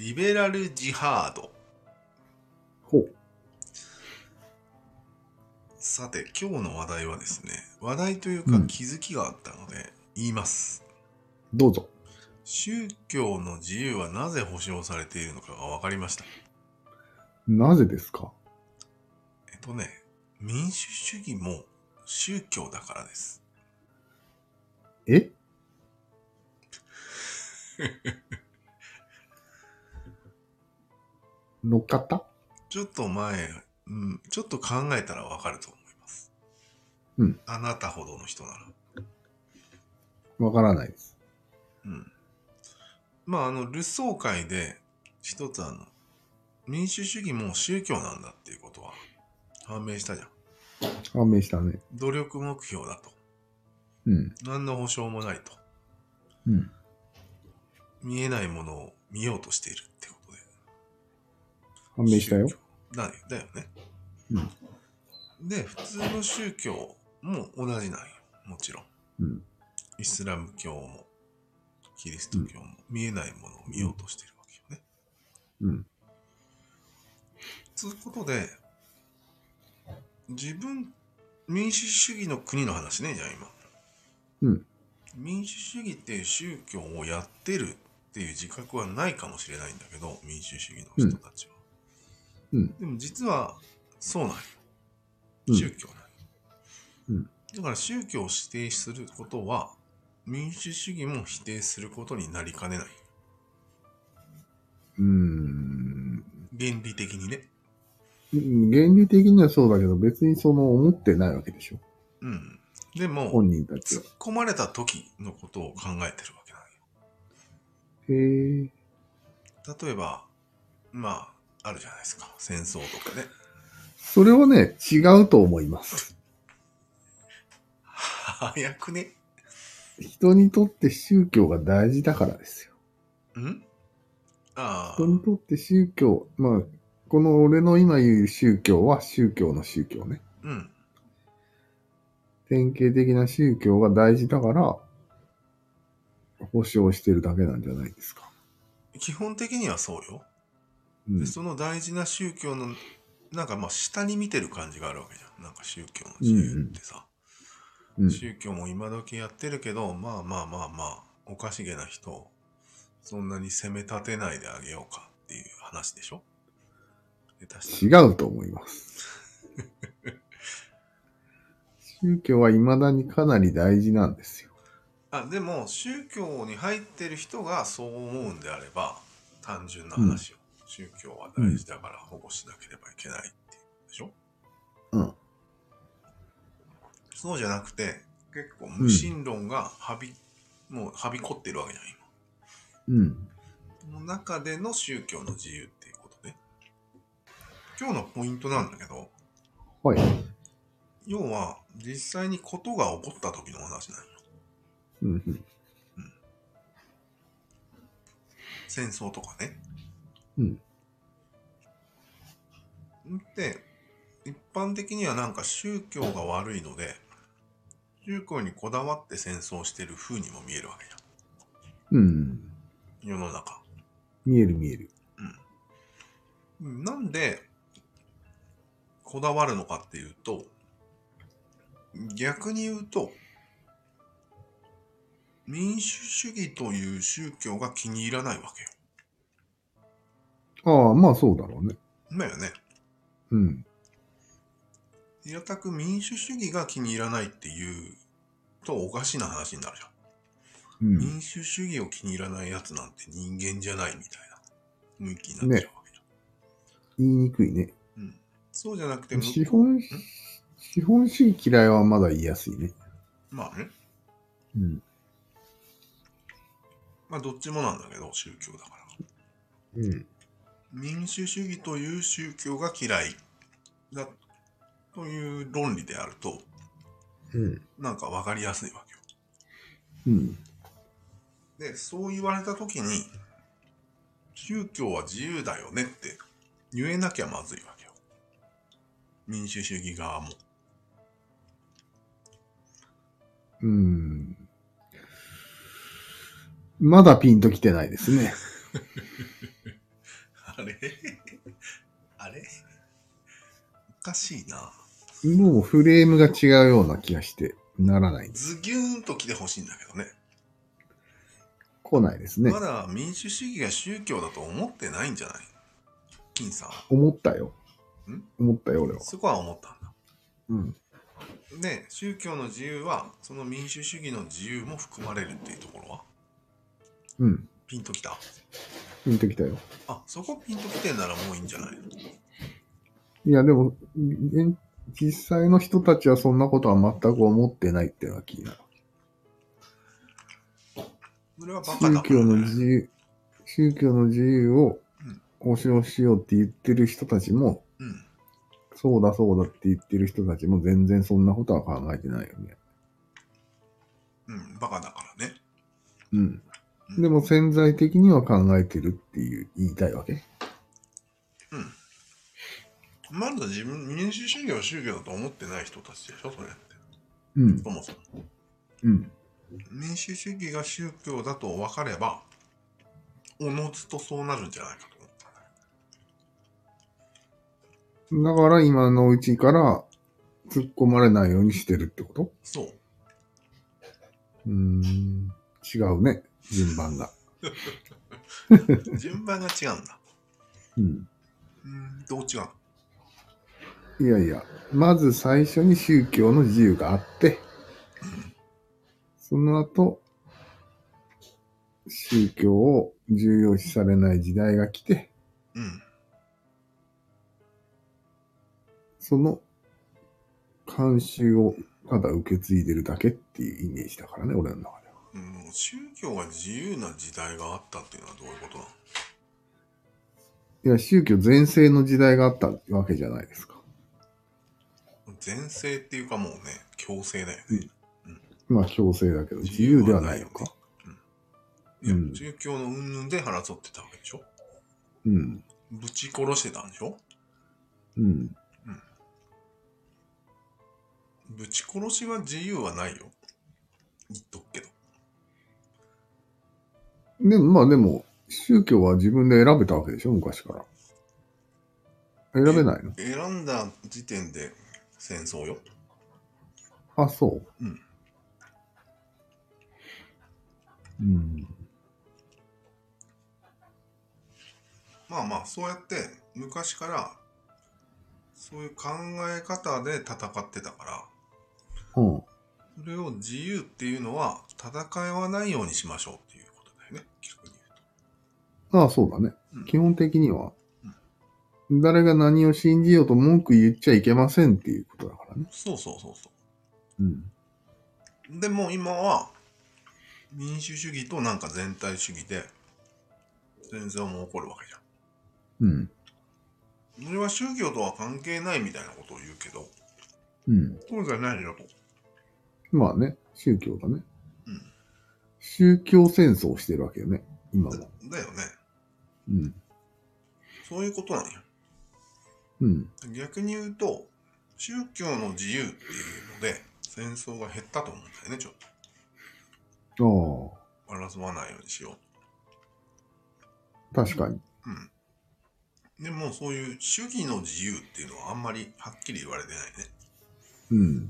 リベラルジハード。 ほう。 さて、今日の話題はですね、話題というか気づきがあったので言います。 どうぞ。 宗教の自由はなぜ保障されているのかが分かりました。 なぜですか？ 民主主義も宗教だからです。 え乗っかった？ ちょっとちょっと考えたら分かると思います。 うん。 あなたほどの人なら。 わからないです。 うん。ルソー会で一つ民主主義も宗教なんだっていうことは判明したじゃん。 判明したね。 努力目標だと。 うん。 何の保証もないと。 うん。 見えないものを見ようとしているってことで。 判明したよ。 宗教だよね。 うん。 で、普通の宗教も同じなんよ。もちろん。 うん。 イスラム教もキリスト教も見えないものを見ようとしているわけよね。 うん。 ということで、民主主義の国の話ね、じゃあうん。 民主主義っていう宗教をやってるっていう自覚はないかもしれないんだけど、民主主義の人たちは。 うん。 でも実はそうなんよ。 うん。 宗教なんよ。 うん。 だから宗教を否定することは、民主主義も否定することになりかねない。原理的にね。 原理的にはそうだけど、別に思ってないわけでしょ。 うん。でも、 本人たちは。 突っ込まれた時のことを考えてるわけなんよ。 へえ。 例えば、あるじゃないですか。戦争とかね。 それはね、違うと思います。 早くね。 人にとって宗教が大事だからですよ。 ん人にとって宗教、この俺の今言う宗教は宗教の宗教ね。 うん。 典型的な宗教が大事だから、保障してるだけなんじゃないですか。 基本的にはそうよ。で、 うん。 その大事な宗教の、下に見てる感じがあるわけじゃん。なんか宗教の自由ってさ。 うん。 宗教も今時やってるけど、おかしげな人をそんなに責め立てないであげようかっていう話でしょ。 違うと思います。宗教は未だにかなり大事なんですよ。 でも宗教に入ってる人がそう思うんであれば、単純なうん。 話を、宗教は大事だから保護しなければいけないっていうでしょ。 うん。 そうじゃなくて、結構無神論がもうはびこってるわけじゃん、 今。うん。 その中での宗教の自由っていうことで、今日のポイントなんだけど、 はい。 要は実際にことが起こった時の話なんよ。 うん。 戦争とかね。 うん。 で、一般的にはなんか宗教が悪いので、宗教にこだわって戦争してる風にも見えるわけじゃん。 うん。 世の中。 見える見える。 なんでこだわるのかっていうと、逆に言うと、民主主義という宗教が気に入らないわけよ。 ああ、そうだろうね。 だよね。 うん。 やたく民主主義が気に入らないっていうとおかしな話になるじゃん。民主主義を気に入らないやつなんて人間じゃないみたいな雰囲気になっちゃうわけじゃん。 言いにくいね。 そうじゃなくて資本主義嫌いはまだ言いやすいね。 まあね。どっちもなんだけど、宗教だから。民主主義という宗教が嫌いだという論理であると、なんかわかりやすいわけよ。で、そう言われたときに、宗教は自由だよねって言えなきゃまずいわけよ。民主主義側も。 まだピンときてないですね。 あれあれおかしいな。 もうフレームが違うような気がしてならないんです。 ズギューンと来てほしいんだけどね。 来ないですね。 まだ民主主義が宗教だと思ってないんじゃない金さんは。 思ったよ。思ったよ、俺は。 そこは思ったんだ。 うん。 で、宗教の自由は、その民主主義の自由も含まれるっていうところはうん。 ピンときた？ ピンときたよ。 あ、そこピンときてんならもういいんじゃない？ いや、でも、実際の人たちはそんなことは全く思ってないっていうのが気になる。 それはバカだからね。 宗教の自由を保障しようって言ってる人たちも、 うん。 そうだそうだって言ってる人たちも全然そんなことは考えてないよね。 うん、バカだからね。 うん。でも潜在的には考えてるっていう言いたいわけ。 うん。まだ民主主義を宗教だと思ってない人たちでしょ、それって。 うん。 そもそも。 うん。 民主主義が宗教だと分かれば、おのずとそうなるんじゃないかと思ったんだよ。 だから今のうちから突っ込まれないようにしてるってこと？ そう。 違うね、順番が。 順番が違うんだ。 うん。 どう違う？ いやいや、まず最初に宗教の自由があって、その後、宗教を重要視されない時代が来て、 うん。 その慣習をただ受け継いでるだけっていうイメージだからね、俺の中では。 宗教が自由な時代があったっていうのはどういうことなの？ いや、宗教全盛の時代があったわけじゃないですか。 全盛っていうかもうね、強制だよね。 まあ強制だけど、自由ではないのか。 いや、宗教の云々で争ってたわけでしょ。 うん。 ぶち殺してたんでしょ。 うん。 ぶち殺しは自由はないよ。言っとくけど。 でも、宗教は自分で選べたわけでしょ、昔から。選べないの？ 選んだ時点で戦争よ。 あ、そう。 まあまあ、そうやって昔からそういう考え方で戦ってたから、それを自由っていうのは戦わないようにしましょうっていうことだよね、逆に言うと。ああ、そうだね。基本的には、誰が何を信じようと文句言っちゃいけませんっていうことだからね。 そうそうそうそう。でも今は民主主義となんか全体主義で戦争も起こるわけじゃん。それは宗教とは関係ないみたいなことを言うけど、そうじゃないよと。 まあね、宗教だね。宗教戦争をしてるわけよね、今も。 だよね。そういうことなんよ。逆に言うと、宗教の自由っていうので戦争が減ったと思うんだよね、ちょっと。争わないようにしよう。確かに。 でもそういう主義の自由っていうのはあんまりはっきり言われてないね。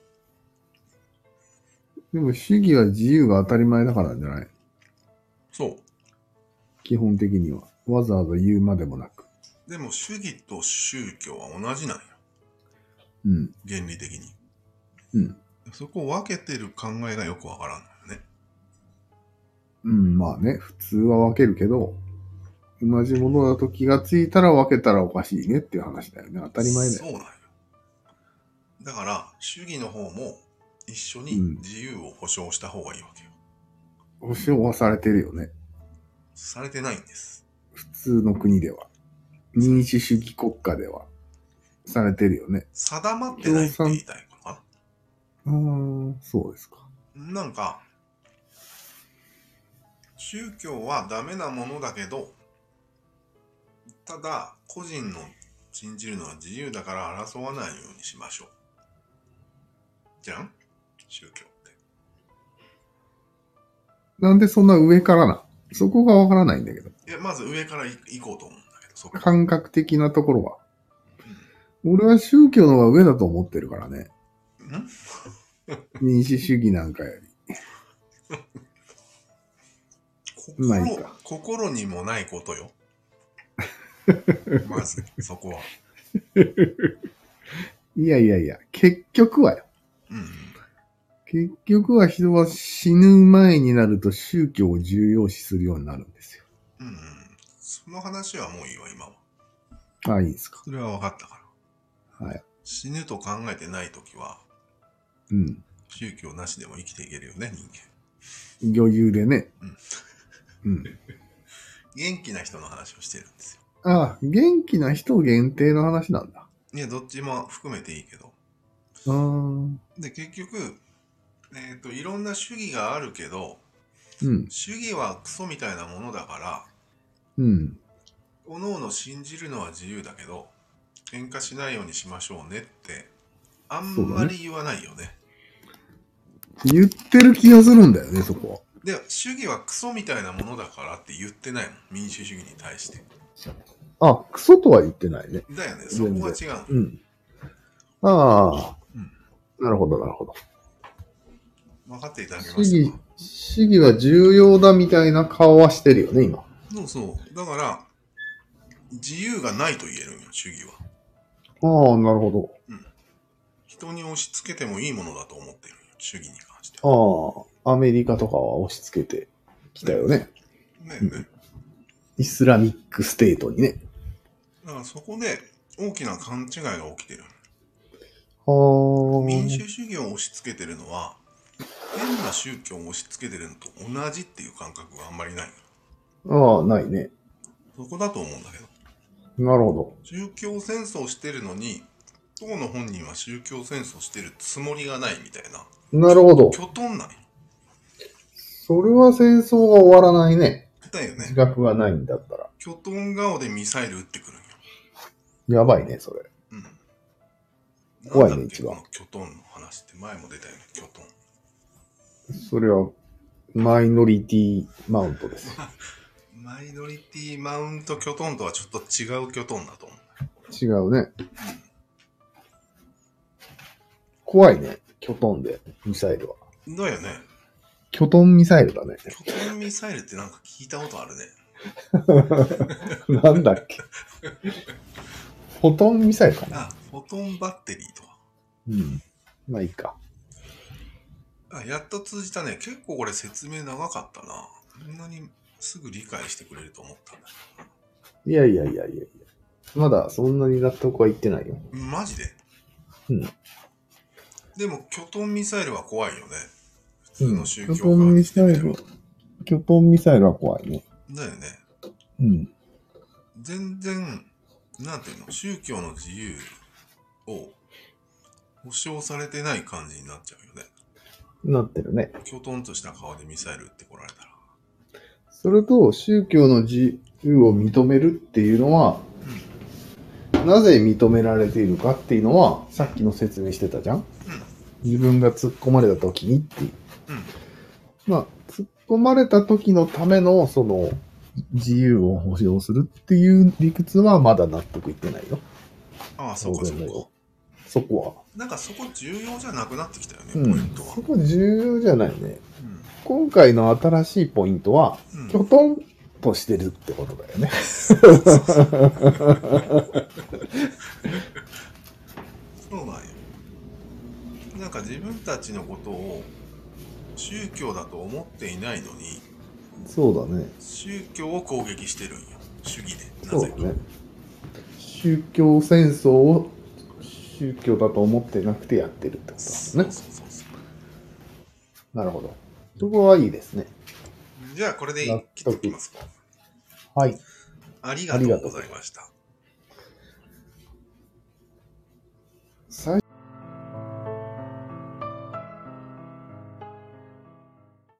でも主義は自由が当たり前だからじゃない？ そう。 基本的には。わざわざ言うまでもなく。 でも主義と宗教は同じなんよ。原理的に。そこを分けてる考えがよくわからんのよね。 まあね、普通は分けるけど、同じものだと気がついたら分けたらおかしいねっていう話だよね。当たり前だよ。 そうなんよ。だから主義の方も一緒に自由を保障した方がいいわけよ。 保障はされてるよね。 されてないんです。 普通の国では。民主主義国家では。されてるよね。 定まってないって言いたいのかな。そうですか。 なんか、宗教はダメなものだけど、ただ個人の信じるのは自由だから争わないようにしましょう。じゃん？宗教って。なんでそんな上からな？そこがわからないんだけど。 いや、まず上から行こうと思うんだけど感覚的なところは。俺は宗教の方が上だと思ってるからね。民主主義なんかより。まあいいか。 心にもないことよ。まず、そこは。 いやいやいや、結局はよ。結局は人は死ぬ前になると宗教を重要視するようになるんですよ。 その話はもういいわ、今は。 あ、いいですか。 それは分かったから。 はい。 死ぬと考えてないときは、宗教なしでも生きていけるよね、人間。余裕でね。 元気な人の話をしてるんですよ。 ああ、元気な人限定の話なんだ。 いや、どっちも含めていいけど。で、結局、いろんな主義があるけど、主義はクソみたいなものだから、おのおの信じるのは自由だけど、喧嘩しないようにしましょうねって、あんまり言わないよね。 言ってる気がするんだよね、そこは。 で、主義はクソみたいなものだからって言ってないもん、民主主義に対して。 あ、クソとは言ってないね。 だよね、そこは違う。 ああ、なるほど、なるほど。 分かっていただけましたか？ 主義は重要だみたいな顔はしてるよね、今。 そうそう。だから、自由がないと言えるんよ、主義は。 ああ、なるほど。 人に押し付けてもいいものだと思ってるんよ、主義に関しては。ああ、アメリカとかは押し付けてきたよね。イスラミックステートにね。 だからそこで大きな勘違いが起きてる。民主主義を押し付けてるのは、変な宗教を押し付けてるのと同じっていう感覚があんまりない。 ああ、ないね。 そこだと思うんだけど。 なるほど。 宗教戦争してるのに、当の本人は宗教戦争してるつもりがないみたいな。 なるほど。 きょとんない。 それは戦争が終わらないね。 だよね。 自覚がないんだったら。 きょとん顔でミサイル撃ってくるんよ。 やばいね、それ。怖いね、一番。 きょとんの話って前も出たよね、きょとん。 それは、マイノリティマウントです。 マイノリティマウントきょとんとはちょっと違うきょとんだと思う。 違うね。怖いね、きょとんで、ミサイルは。 だよね。 きょとんミサイルだね。 きょとんミサイルってなんか聞いたことあるね。 なんだっけ。フォトンミサイルかな。 フォトンバッテリーとか。 まあいいか。 やっと通じたね。結構これ説明長かったな。こんなにすぐ理解してくれると思ったんだけど。いやいやいやいやいや。まだそんなに納得はいってないよ。 マジで？でも、キョトンミサイルは怖いよね。普通の宗教キョトンミサイル。キョトンミサイルは怖いね。 だよね。全然、なんていうの、宗教の自由を保障されてない感じになっちゃうよね。 なってるね。 キョトンとした顔でミサイル撃ってこられたら。 それと、宗教の自由を認めるっていうのは、なぜ認められているかっていうのは、さっきの説明してたじゃん。自分が突っ込まれた時にっていう。まあ、突っ込まれた時のための、その、自由を保障するっていう理屈はまだ納得いってないよ。 ああ、そうかそうか。 そこは。 なんかそこ重要じゃなくなってきたよね、ポイントは。 そこ重要じゃないね。今回の新しいポイントは、きょとんとしてるってことだよね。 そうなんよ。なんか自分たちのことを宗教だと思っていないのに、 そうだね。 宗教を攻撃してるんよ。主義で。 そうだね。宗教戦争を宗教だと思ってなくてやってるってことだね。そう。なるほど。そこはいいですね。 じゃあこれで切っておきますか。 はい。 ありがとうございました。 最